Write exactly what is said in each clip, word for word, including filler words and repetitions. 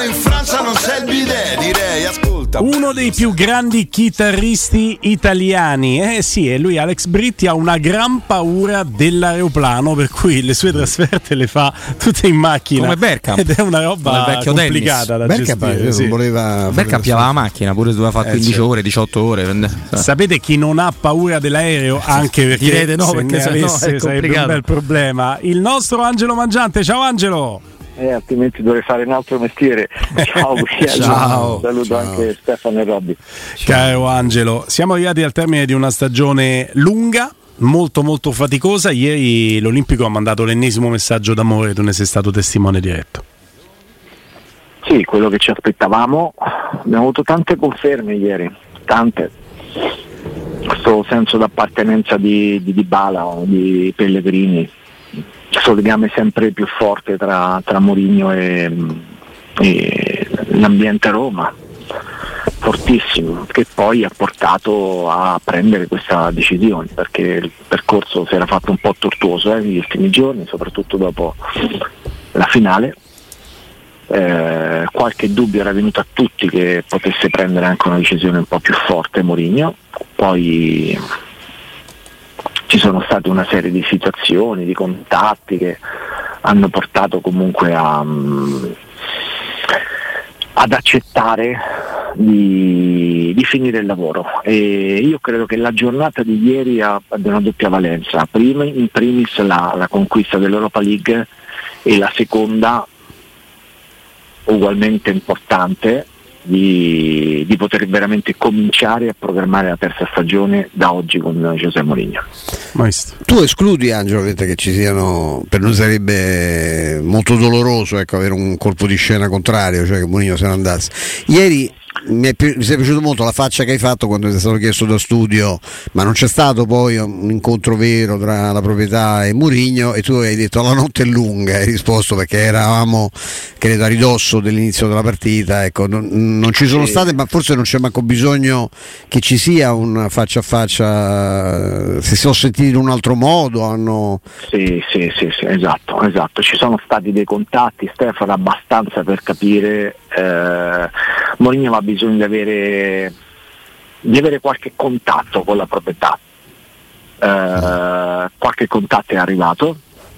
in Francia non c'è il bidet, direi, ascolta. Uno dei più grandi chitarristi italiani, eh sì, e lui Alex Britti ha una gran paura dell'aeroplano, per cui le sue trasferte le fa tutte in macchina. Come Bergkamp. Ed è una roba complicata da Bergkamp, gestire. Sì. voleva Bergkamp piava la macchina, pure doveva fare quindici ore, diciotto ore. Sapete chi non ha paura dell'aereo? Anche perché direte no, se perché ne se avesse no è sarebbe complicato. un bel problema. Il nostro Angelo Mangiante, ciao Angelo. Eh, altrimenti dovrei fare un altro mestiere. Ciao, ciao. Saluto ciao. Anche Stefano e Robby. Caro Angelo, siamo arrivati al termine di una stagione lunga, molto molto faticosa. Ieri l'Olimpico ha mandato l'ennesimo messaggio d'amore, tu ne sei stato testimone diretto. Sì, quello che ci aspettavamo. Abbiamo avuto tante conferme ieri, tante. Questo senso d'appartenenza di, di Dybala, di Pellegrini, questo legame sempre più forte tra, tra Mourinho e, e l'ambiente Roma, fortissimo, che poi ha portato a prendere questa decisione, perché il percorso si era fatto un po' tortuoso eh, negli ultimi giorni, soprattutto dopo la finale. Eh, qualche dubbio era venuto a tutti che potesse prendere anche una decisione un po' più forte Mourinho, poi ci sono state una serie di situazioni, di contatti che hanno portato comunque a, um, ad accettare di, di finire il lavoro, e io credo che la giornata di ieri abbia una doppia valenza. Prima, in primis la, la conquista dell'Europa League, e la seconda ugualmente importante di, di poter veramente cominciare a programmare la terza stagione da oggi con José Mourinho. Maestro. Tu escludi, Angelo, che ci siano, per noi sarebbe molto doloroso, ecco, avere un colpo di scena contrario, cioè che Mourinho se ne andasse. Ieri mi è, pi- mi è piaciuto molto la faccia che hai fatto quando ti è stato chiesto da studio, ma non c'è stato poi un incontro vero tra la proprietà e Mourinho, e tu hai detto la notte è lunga, hai risposto, perché eravamo credo a ridosso dell'inizio della partita, ecco, non, non ci sono sì. state, ma forse non c'è manco bisogno che ci sia un faccia a faccia, si sono sentiti in un altro modo, hanno... Sì, sì, sì, sì, esatto, esatto, ci sono stati dei contatti, Stefano, abbastanza per capire. eh, Mourinho ha bisogno di avere di avere qualche contatto con la proprietà, eh, qualche contatto è arrivato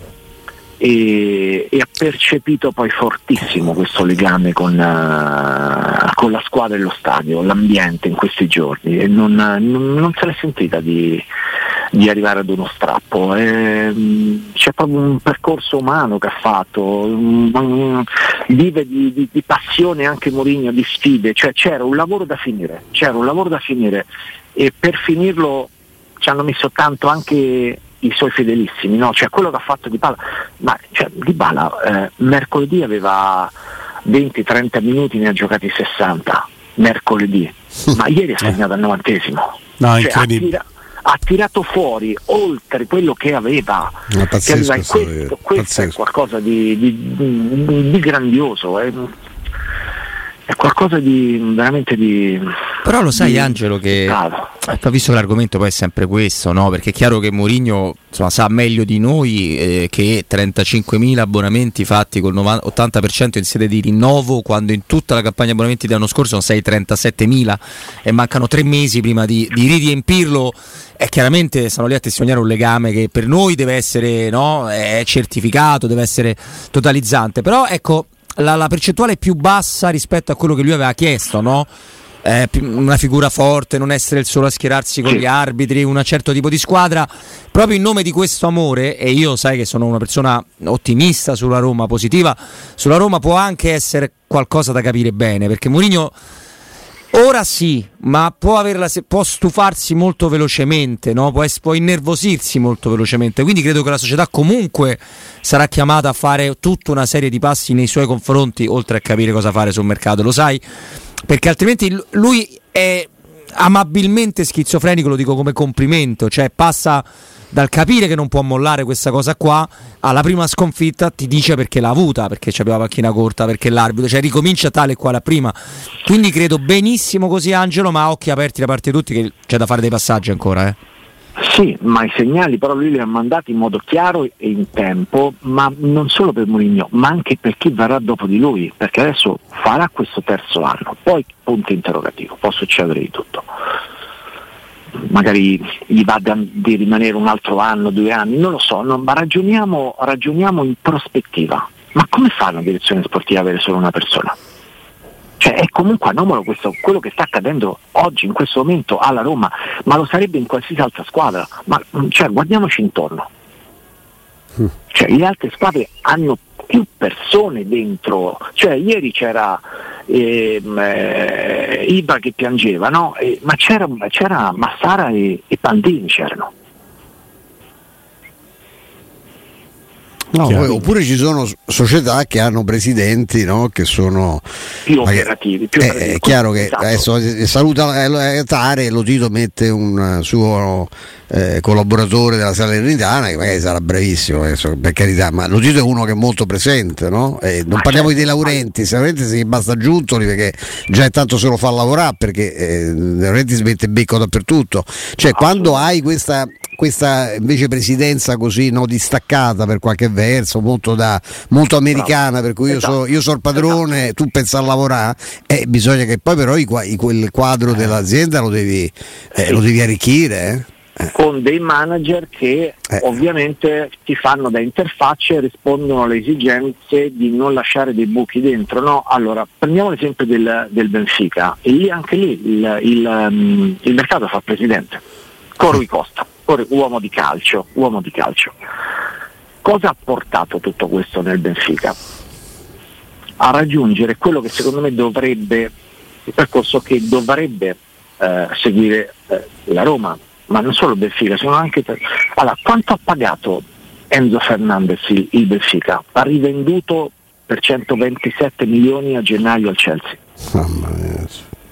e, e ha percepito poi fortissimo questo legame con, uh, con la squadra e lo stadio, l'ambiente in questi giorni, e non, non, non se l'è sentita di, di arrivare ad uno strappo. E, c'è proprio un percorso umano che ha fatto, um, um, vive di, di, di passione anche Mourinho, di sfide, cioè c'era un lavoro da finire, c'era un lavoro da finire e per finirlo ci hanno messo tanto anche i suoi fedelissimi, no? Cioè quello che ha fatto Dybala, ma cioè, Dybala eh, mercoledì aveva venti trenta minuti, ne ha giocati sessanta mercoledì, ma ieri ha segnato al novantesimo. No, cioè, incredibile. Ha, tira- ha tirato fuori oltre quello che aveva, Ma pazzesco, che aveva questo, questo è qualcosa di, di, di, di grandioso, è, è qualcosa di veramente di... Però lo sai, di, Angelo, che eh, visto che l'argomento poi è sempre questo, no? Perché è chiaro che Mourinho, insomma, sa meglio di noi eh, che trentacinquemila abbonamenti fatti col novanta, ottanta per cento in sede di rinnovo, quando in tutta la campagna abbonamenti dell'anno scorso sono sei trentasettemila e mancano tre mesi prima di, di riempirlo. E chiaramente stanno lì a testimoniare un legame che per noi deve essere, no? È certificato, deve essere totalizzante. Però ecco, la, la percentuale è più bassa rispetto a quello che lui aveva chiesto, no? Eh, una figura forte, non essere il solo a schierarsi con gli arbitri, un certo tipo di squadra, proprio in nome di questo amore. E io sai che sono una persona ottimista sulla Roma, positiva sulla Roma, può anche essere qualcosa da capire bene, perché Mourinho ora sì, ma può, averla, può stufarsi molto velocemente, no? può, può innervosirsi molto velocemente, quindi credo che la società comunque sarà chiamata a fare tutta una serie di passi nei suoi confronti, oltre a capire cosa fare sul mercato, lo sai, perché altrimenti lui è amabilmente schizofrenico, lo dico come complimento, cioè passa dal capire che non può mollare questa cosa qua alla prima sconfitta ti dice perché l'ha avuta, perché c'aveva la macchina corta, perché l'arbitro, cioè ricomincia tale e quale a prima. Quindi credo benissimo così, Angelo, ma occhi aperti da parte di tutti che c'è da fare dei passaggi ancora, eh. Sì, ma i segnali però lui li ha mandati in modo chiaro e in tempo, ma non solo per Mourinho, ma anche per chi verrà dopo di lui, perché adesso farà questo terzo anno, poi punto interrogativo, può succedere di tutto. Magari gli va di rimanere un altro anno, due anni, non lo so, no, ma ragioniamo, ragioniamo in prospettiva. Ma come fa una direzione sportiva ad avere solo una persona? Cioè è comunque anomalo questo, quello che sta accadendo oggi in questo momento alla Roma, ma lo sarebbe in qualsiasi altra squadra. Ma cioè, guardiamoci intorno. Mm. Cioè, le altre squadre hanno più persone dentro. Cioè ieri c'era ehm, eh, Ibra che piangeva, no? Eh, ma c'era, c'era Massara e, e Pandini c'erano. No, poi, oppure ci sono società che hanno presidenti, no, che sono più operativi. Più è, operativi. È chiaro che esatto. Adesso saluta Tare, lo Tito mette un suo eh, collaboratore della Salernitana che magari sarà bravissimo, adesso, per carità, ma lo Tito è uno che è molto presente, no? E non ma parliamo certo. di De Laurentiis, De Laurentiis si basta aggiuntoli perché già intanto se lo fa lavorare, perché eh, De Laurentiis mette becco dappertutto. Cioè quando hai questa questa invece presidenza così, no, distaccata per qualche verso, molto da molto americana, per cui io esatto. so io so il padrone, esatto. tu pensi a lavorare, e eh, bisogna che poi però i, i, quel quadro eh. dell'azienda lo devi eh, sì. lo devi arricchire eh. Eh. con dei manager che eh. ovviamente ti fanno da interfacce e rispondono alle esigenze di non lasciare dei buchi dentro, no? Allora prendiamo l'esempio del, del Benfica, e lì anche lì il, il, um, il mercato fa presidente con Rui Costa, uomo di calcio, uomo di calcio. Cosa ha portato tutto questo nel Benfica? A raggiungere quello che secondo me dovrebbe, il percorso che dovrebbe eh, seguire eh, la Roma, ma non solo il Benfica, sono anche per... Allora, quanto ha pagato Enzo Fernandez il, il Benfica? Ha rivenduto per centoventisette milioni a gennaio al Chelsea. Mamma mia.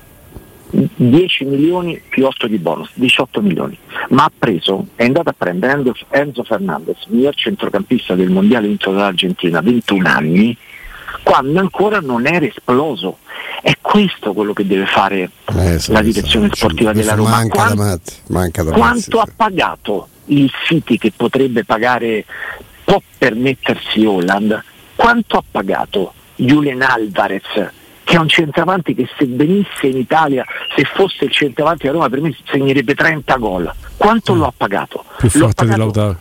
dieci milioni più otto di bonus, diciotto milioni, ma ha preso, è andato a prendere Enzo, Enzo Fernandez, miglior centrocampista del mondiale vinto dall'Argentina, ventuno anni, quando ancora non era esploso. È questo quello che deve fare eh, la direzione so, sportiva so, della Roma. Manca Quant- da matti, manca da quanto matti, ha pagato il City, che potrebbe pagare, può permettersi Haaland? Quanto ha pagato Julian Alvarez, che è un centravanti che se venisse in Italia, se fosse il centravanti della Roma, per me segnerebbe trenta gol. Quanto mm. lo ha pagato? Più L'ho forte pagato di Lautaro.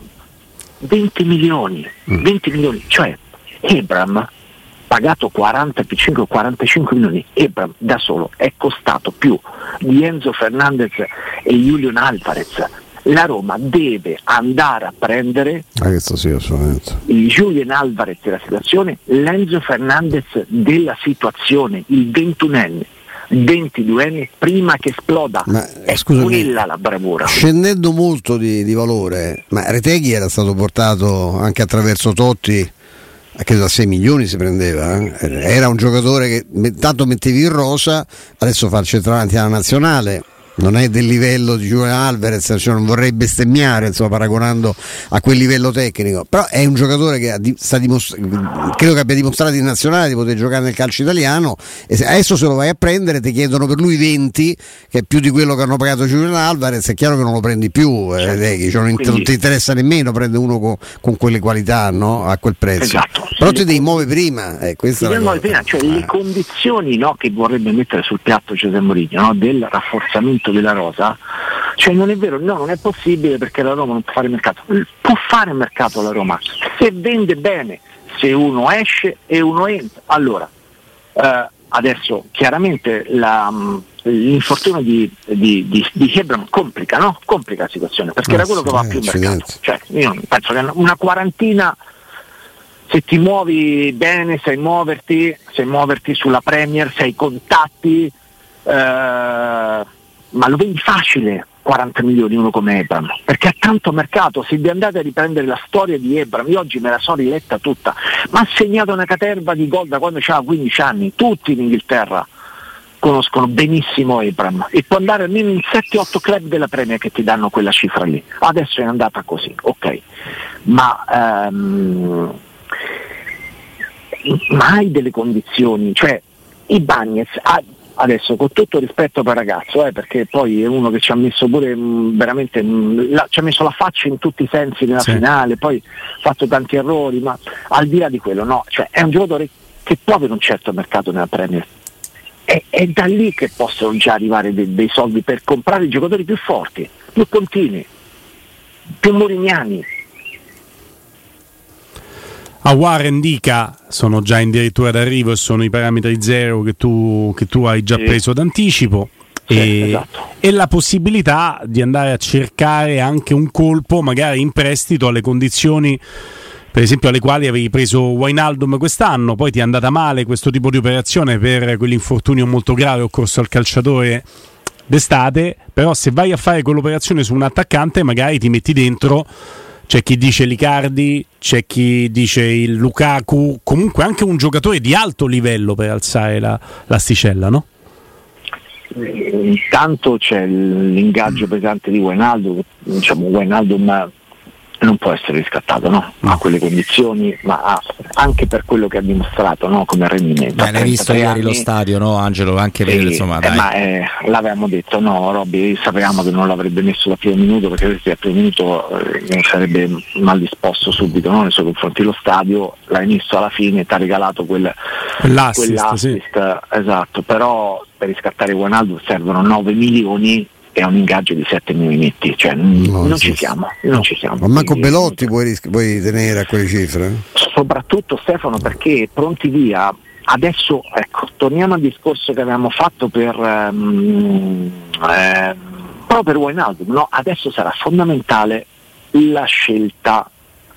venti milioni, mm. venti milioni, cioè Ebram pagato quarantacinque quarantacinque milioni, Ebram da solo è costato più di Enzo Fernandez e Julian Alvarez. La Roma deve andare a prendere ah, questo sì, il Julian Alvarez della situazione, l'Enzo Fernandez della situazione, il ventunenne, ventiduenne, prima che esploda. Ma, è scusami, quella la bravura. Scendendo molto di, di valore, ma Reteghi era stato portato anche attraverso Totti, credo da sei milioni si prendeva, eh? Era un giocatore che tanto mettevi in rosa, adesso fa il centravanti alla nazionale. Non è del livello di Julian Alvarez, cioè non vorrei bestemmiare, insomma, paragonando a quel livello tecnico, però è un giocatore che ha di, sta dimostra- credo che abbia dimostrato in nazionale di poter giocare nel calcio italiano, e se, adesso se lo vai a prendere ti chiedono per lui venti, che è più di quello che hanno pagato Julian Alvarez. È chiaro che non lo prendi più, eh, Reghi, cioè non, non ti interessa nemmeno prendere uno con, con quelle qualità, no? A quel prezzo, esatto. Però ti devi muovere prima, eh, questa è la prima, cioè, ah. le condizioni, no, che vorrebbe mettere sul piatto José Mourinho, no, del rafforzamento della rosa, cioè non è vero, no, non è possibile, perché la Roma non può fare mercato. Può fare mercato la Roma se vende bene, se uno esce e uno entra. Allora eh, adesso chiaramente la, l'infortunio di, di, di, di Hebron complica, no? Complica la situazione, perché ah, era quello che va più mercato. Cioè, io penso che una quarantina, se ti muovi bene, sai muoverti, sai muoverti sulla Premier, sai contatti, Uh, ma lo vendi facile quaranta milioni uno come Ebram, perché ha tanto mercato. Se vi andate a riprendere la storia di Ebram, io oggi me la sono riletta tutta, ma ha segnato una caterva di gol da quando aveva quindici anni. Tutti in Inghilterra conoscono benissimo Ebram, e può andare almeno in sette otto club della Premier che ti danno quella cifra lì. Adesso è andata così, ok, ma um, ma hai delle condizioni, cioè Ibañez ha Adesso, con tutto rispetto per il ragazzo, eh, perché poi è uno che ci ha messo pure mh, veramente mh, la, ci ha messo la faccia in tutti i sensi nella sì. finale, poi ha fatto tanti errori, ma al di là di quello, no, cioè è un giocatore che può avere un certo mercato nella Premier. È, è da lì che possono già arrivare de, dei soldi per comprare i giocatori più forti, più continui, più murignani. Aouar e Ndicka sono già addirittura d'arrivo e sono i parametri zero che tu, che tu hai già sì. preso d'anticipo. Sì, e, esatto. e la possibilità di andare a cercare anche un colpo magari in prestito alle condizioni per esempio alle quali avevi preso Wijnaldum quest'anno, poi ti è andata male questo tipo di operazione per quell'infortunio molto grave occorso al calciatore d'estate, però se vai a fare quell'operazione su un attaccante magari ti metti dentro. C'è chi dice l'Icardi, c'è chi dice il Lukaku, comunque anche un giocatore di alto livello per alzare la, l'asticella, no? Intanto c'è l'ingaggio pesante di Wijnaldum, diciamo Wijnaldum non può essere riscattato, no? A quelle condizioni, ma anche per quello che ha dimostrato, no? Come rendimento. Beh, l'hai visto ieri lo stadio, no Angelo? Anche per eh, insomma, eh, dai. Ma eh, l'avevamo detto, no Robby, sapevamo che non l'avrebbe messo da primo minuto, perché questo al primo minuto eh, sarebbe mal disposto subito, no? Nei suoi confronti lo stadio, l'hai messo alla fine, ti ha regalato quel, quell'assist, quell'assist sì. Esatto, però per riscattare Wijnaldum servono nove milioni e un ingaggio di sette milimetti, cioè no, non sì, ci siamo, sì. non ci siamo. Ma manco Quindi, Belotti puoi, ris- puoi tenere a quelle cifre? soprattutto Stefano, perché pronti via adesso, ecco, torniamo al discorso che avevamo fatto per um, eh, proprio per Wijnaldum, no? Adesso sarà fondamentale la scelta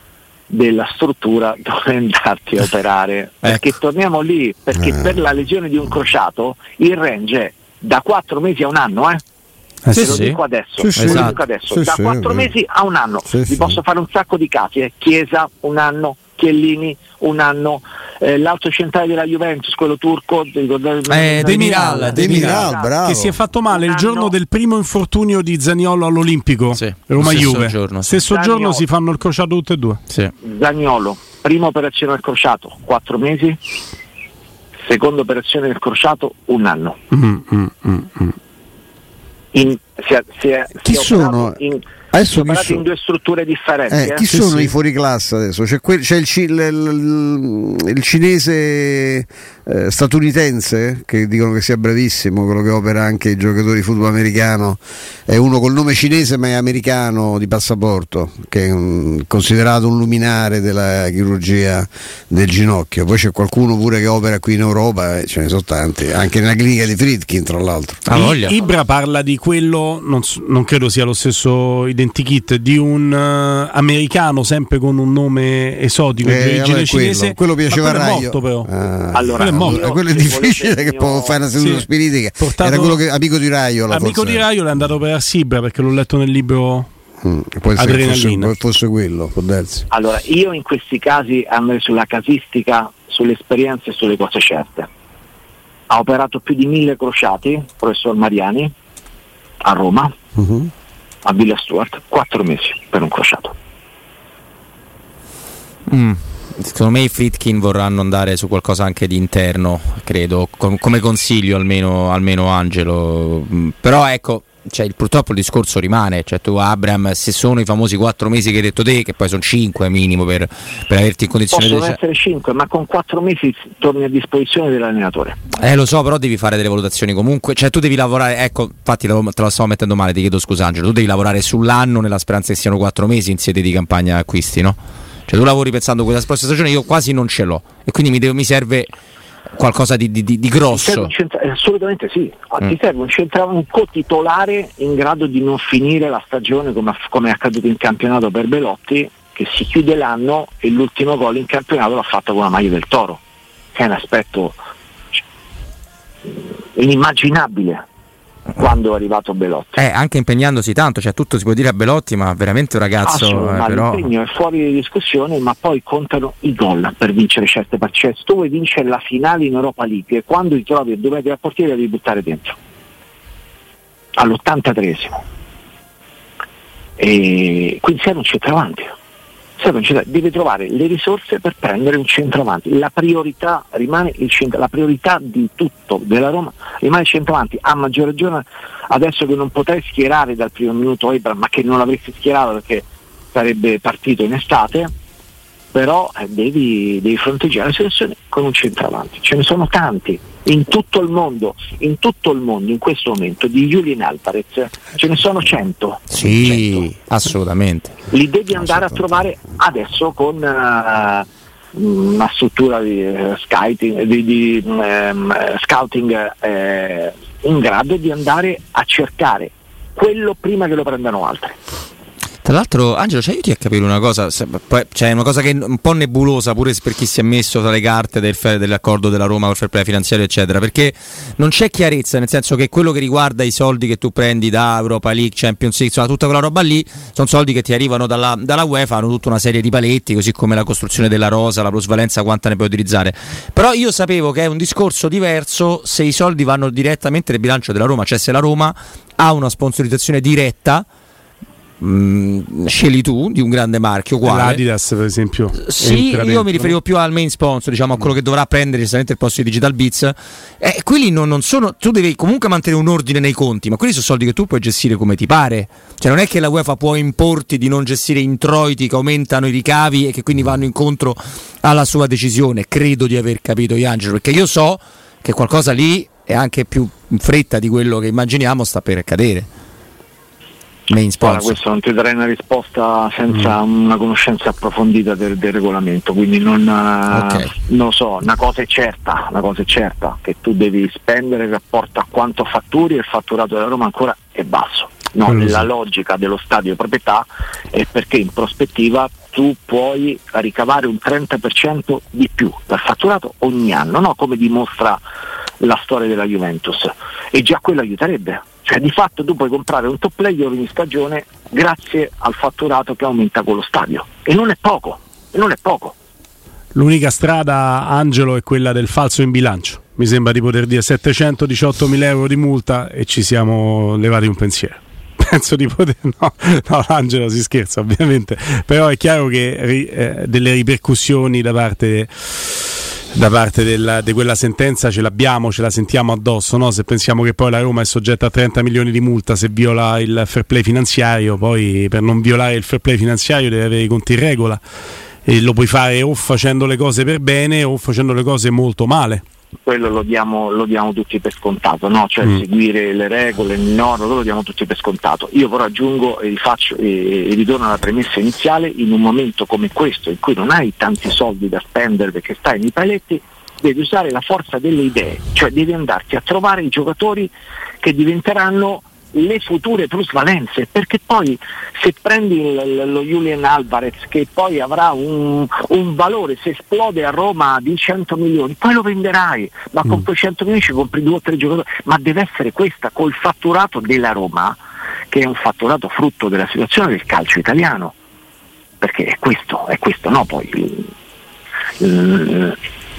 della struttura dove andarti a operare, perché ecco. torniamo lì, perché eh. per la lesione di un crociato il range è da quattro mesi a un anno, eh? Eh, Te sì, lo sì. dico adesso, Sì, sì. te lo Esatto. dico adesso. Sì, da sì, quattro sì. mesi a un anno, Sì, vi sì. posso fare un sacco di casi, eh. Chiesa un anno, Chiellini un anno, eh, l'altro centrale della Juventus, quello turco, Eh, Demiral, Demiral, bravo. che si è fatto male Un il giorno anno. del primo infortunio di Zaniolo all'Olimpico, Sì, Roma stesso Juve. giorno, sì. Stesso Zaniolo. giorno si fanno il crociato tutte e due. Sì. Zaniolo, prima operazione al crociato, quattro mesi, seconda operazione del crociato, un anno. Mm, mm, mm, mm. In, si è, si è, Chi si è sono? operato in, Adesso si è chi operato so- in due strutture differenti. Eh, eh. chi Sì, sono sì. i fuori classe adesso? C'è, quel, c'è il, ci- il, il- il cinese eh, statunitense che dicono che sia bravissimo, quello che opera anche i giocatori di football americano, è uno col nome cinese ma è americano di passaporto, che è un- considerato un luminare della chirurgia del ginocchio. Poi c'è qualcuno pure che opera qui in Europa, eh, ce ne sono tanti, anche nella clinica di Friedkin tra l'altro. Ah, voglia. I- Ibra parla di quello, non, s- non credo sia lo stesso identikit, di un eh, americano sempre con un nome esotico, Eh, di origine vabbè, cinese. quello, quello piaceva ma a quello è Raio. morto però. Ah, Allora, quello è morto. io- quello è se difficile volete il che mio- può fare una seduta Sì. spiritica. Portato- Era quello che amico di Raio. Amico di Raio l'è andato per Ibra perché l'ho letto nel libro. Mm, può essere che fosse, Adrenalina. fosse quello, può darsi. Allora, io in questi casi andrei sulla casistica, sulle esperienze e sulle cose certe. Ha operato più di mille crociati, professor Mariani, a Roma, Mhm. a Villa Stuart, quattro mesi per un crociato. Mm. Secondo me i Friedkin vorranno andare su qualcosa anche di interno, credo, com- come consiglio almeno, almeno Angelo. Mm, però ecco, cioè, il, purtroppo il discorso rimane, cioè tu Abraham, se sono i famosi quattro mesi che hai detto te, che poi sono cinque minimo per, per averti in condizione Possono di... essere cinque, ma con quattro mesi torni a disposizione dell'allenatore. Eh lo so, però devi fare delle valutazioni comunque, cioè tu devi lavorare, ecco, infatti te lo- te la sto mettendo male, ti chiedo scusa Angelo, tu devi lavorare sull'anno nella speranza che siano quattro mesi in sede di campagna acquisti, no? Cioè tu lavori pensando quella prossima stagione, io quasi non ce l'ho e quindi mi, devo, mi serve qualcosa di, di, di, di Ti serve grosso. un centra- eh, assolutamente sì, Ah, Mm. ti serve un, centra- un co-titolare in grado di non finire la stagione come, come è accaduto in campionato per Belotti, che si chiude l'anno e l'ultimo gol in campionato l'ha fatto con la maglia del Toro, che è un aspetto inimmaginabile quando è arrivato Belotti. Eh, anche impegnandosi tanto, cioè tutto si può dire a Belotti, ma veramente un ragazzo, Assolutamente, eh, ma però... l'impegno è fuori di discussione, ma poi contano i gol per vincere certe partite. Se tu vuoi vincere la finale in Europa League, quando ti trovi a due metri dal portiere devi buttare dentro all'ottantatreesimo, e quindi serve un centravanti, serve un centravanti. Deve trovare le risorse per prendere un centravanti. La priorità rimane il centro, la priorità di tutto della Roma rimane centravanti, a maggior ragione adesso che non potrei schierare dal primo minuto Abraham, ma che non l'avresti schierato perché sarebbe partito in estate, però eh, devi, devi fronteggiare la situazione con un centravanti. Ce ne sono tanti in tutto il mondo, in tutto il mondo in questo momento di Julian Alvarez, ce ne sono cento. Sì, cento. Assolutamente. Li devi andare a trovare adesso con uh, una struttura di uh, scouting, di, di, um, scouting eh, in grado di andare a cercare quello prima che lo prendano altri. Tra l'altro, Angelo, ci aiuti a capire una cosa, c'è una cosa che è un po' nebulosa pure per chi si è messo tra le carte del, dell'accordo della Roma col fair play finanziario eccetera, perché non c'è chiarezza, nel senso che quello che riguarda i soldi che tu prendi da Europa League, Champions League, insomma tutta quella roba lì, sono soldi che ti arrivano dalla, dalla UEFA, hanno tutta una serie di paletti, così come la costruzione della rosa, la plusvalenza, quanta ne puoi utilizzare. Però io sapevo che è un discorso diverso se i soldi vanno direttamente nel bilancio della Roma, cioè se la Roma ha una sponsorizzazione diretta. Mm, scegli tu di un grande marchio quale l'Adidas per esempio. Sì, io mi riferivo più al main sponsor, diciamo a quello che dovrà prendere giustamente il posto di Digital Beats. Eh, quelli non, non sono, tu devi comunque mantenere un ordine nei conti, ma quelli sono soldi che tu puoi gestire come ti pare. Cioè non è che la UEFA può importi di non gestire introiti che aumentano i ricavi e che quindi vanno incontro alla sua decisione. Credo di aver capito, Angelo, perché io so che qualcosa lì è anche più in fretta di quello che immaginiamo sta per accadere. Ora, questo non ti darei una risposta senza mm. una conoscenza approfondita del, del regolamento, quindi non, okay. non lo so. Una cosa è certa, una cosa è certa, che tu devi spendere in rapporto a quanto fatturi, e il fatturato della Roma ancora è basso. No, la logica dello stadio di proprietà è perché in prospettiva tu puoi ricavare un trenta per cento di più dal fatturato ogni anno, no? Come dimostra la storia della Juventus, e già quello aiuterebbe. Cioè di fatto tu puoi comprare un top player ogni stagione grazie al fatturato che aumenta con lo stadio, e non è poco, e non è poco. L'unica strada, Angelo, è quella del falso in bilancio. Mi sembra di poter dire settecentodiciottomila euro di multa e ci siamo levati un pensiero. Penso di poter, no, no, Angelo si scherza ovviamente, però è chiaro che eh, delle ripercussioni da parte da parte della, di quella sentenza ce l'abbiamo, ce la sentiamo addosso, no? Se pensiamo che poi la Roma è soggetta a trenta milioni di multa se viola il fair play finanziario, poi per non violare il fair play finanziario deve avere i conti in regola, e lo puoi fare o facendo le cose per bene o facendo le cose molto male. Quello lo diamo, lo diamo tutti per scontato, no? Cioè mm. seguire le regole, il norma, lo diamo tutti per scontato. Io però aggiungo e rifaccio e, e ritorno alla premessa iniziale: in un momento come questo, in cui non hai tanti soldi da spendere perché stai nei paletti, devi usare la forza delle idee, cioè devi andarti a trovare i giocatori che diventeranno le future plusvalenze, perché poi se prendi l- lo Julian Alvarez, che poi avrà un, un valore, se esplode a Roma di cento milioni, poi lo venderai, ma con quei cento milioni ci compri due o tre giocatori, ma deve essere questa, col fatturato della Roma, che è un fatturato frutto della situazione del calcio italiano, perché è questo, è questo, no? Poi l- l-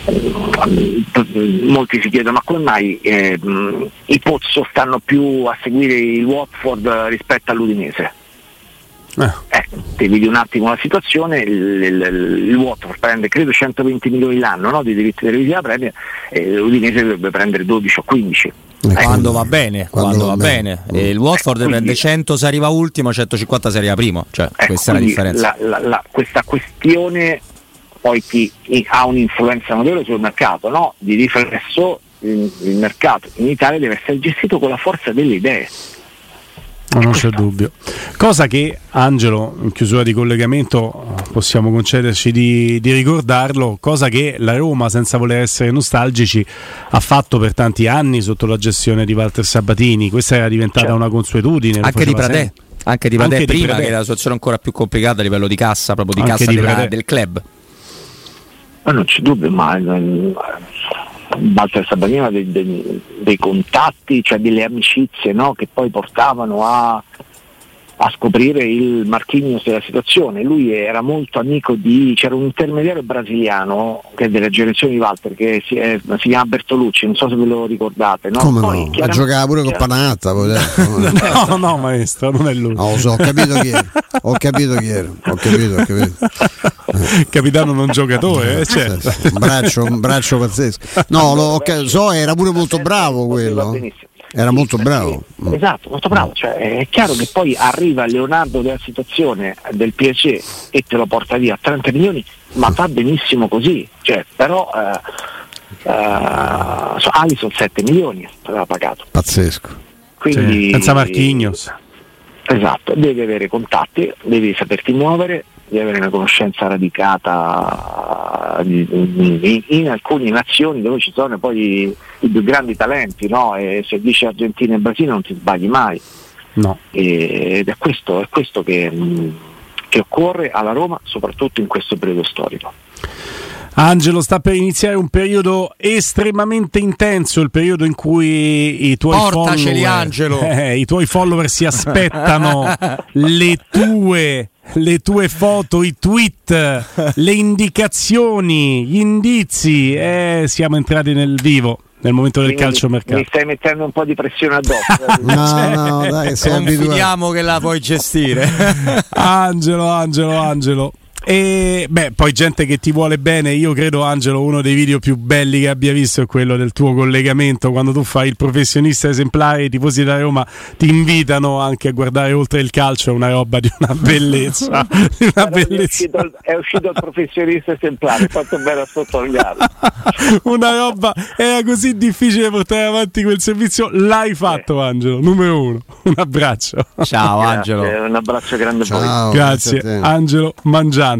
molti si chiedono: ma come mai eh, i Pozzo stanno più a seguire il Watford rispetto all'Udinese? Eh. Eh, ti vedi un attimo la situazione. Il, il, il Watford prende credo centoventi milioni l'anno, no, di diritti televisivi Premier, e l'Udinese dovrebbe prendere dodici o quindici. Eh, quando va bene, quando, quando va bene, bene. E il Watford eh, quindi, prende cento se arriva ultimo, centocinquanta se arriva primo, cioè eh, questa è la differenza. La, la, la, questa questione poi ti, ha un'influenza notevole sul mercato, no? Di riflesso il, il mercato in Italia deve essere gestito con la forza delle idee. No, non c'è dubbio. Cosa che, Angelo, in chiusura di collegamento possiamo concederci di, di ricordarlo, cosa che la Roma, senza voler essere nostalgici, ha fatto per tanti anni sotto la gestione di Walter Sabatini. Questa era diventata certo. una consuetudine. Anche di Pradè. Anche di Pradè Anche prima, di Pradè. Che era la situazione ancora più complicata a livello di cassa, proprio di Anche cassa di della, del club. Ma non c'è dubbio, ma Walter Sabatini aveva dei, dei, dei contatti, cioè delle amicizie, no? Che poi portavano a a scoprire il Marquinhos della situazione. Lui era molto amico di, c'era un intermediario brasiliano che è delle generazioni di Walter che si, è, si chiama Bertolucci, non so se ve lo ricordate, no? Come Poi, no? Ha giocato pure con Panatta. No, no, maestro, non è lui. No, lo so, ho capito chi era. Ho capito chi era. Ho capito, ho capito. Capitano non giocatore, eh, certo. Un braccio, un braccio pazzesco. No, lo, ho, so, era pure molto bravo quello. Era molto bravo. Esatto, molto bravo. Cioè, è chiaro che poi arriva Leonardo della situazione del P S G e te lo porta via a trenta milioni, ma va benissimo così. Cioè, però eh, eh, so, Alisson sette milioni aveva pagato. Pazzesco. Quindi, sì, senza Marquinhos. Esatto, devi avere contatti, devi saperti muovere, devi avere una conoscenza radicata in, in alcune nazioni dove ci sono poi i più grandi talenti, no? E se dici Argentina e Brasile non ti sbagli mai. No. E, ed è questo, è questo che, che occorre alla Roma, soprattutto in questo periodo storico. Angelo, sta per iniziare un periodo estremamente intenso, il periodo in cui i tuoi Portaceli, follower, Angelo. Eh, i tuoi follower si aspettano le tue le tue foto, i tweet, le indicazioni, gli indizi. Eh, siamo entrati nel vivo, nel momento del calciomercato. Mi stai mettendo un po' di pressione addosso. No, no, dai, confidiamo che la puoi gestire. Angelo, Angelo, Angelo. E beh, poi gente che ti vuole bene. Io credo, Angelo, uno dei video più belli che abbia visto è quello del tuo collegamento quando tu fai il professionista esemplare. I tifosi da Roma ti invitano anche a guardare oltre il calcio. È una roba di una bellezza, di una bellezza. È uscito, è uscito il professionista esemplare, fatto bene a sottolinearlo. Una roba, era così difficile portare avanti quel servizio. L'hai fatto, Angelo, numero uno. Un abbraccio. Ciao Grazie, Angelo. un abbraccio grande a voi. Ciao, grazie, grazie a te. Angelo Mangiante.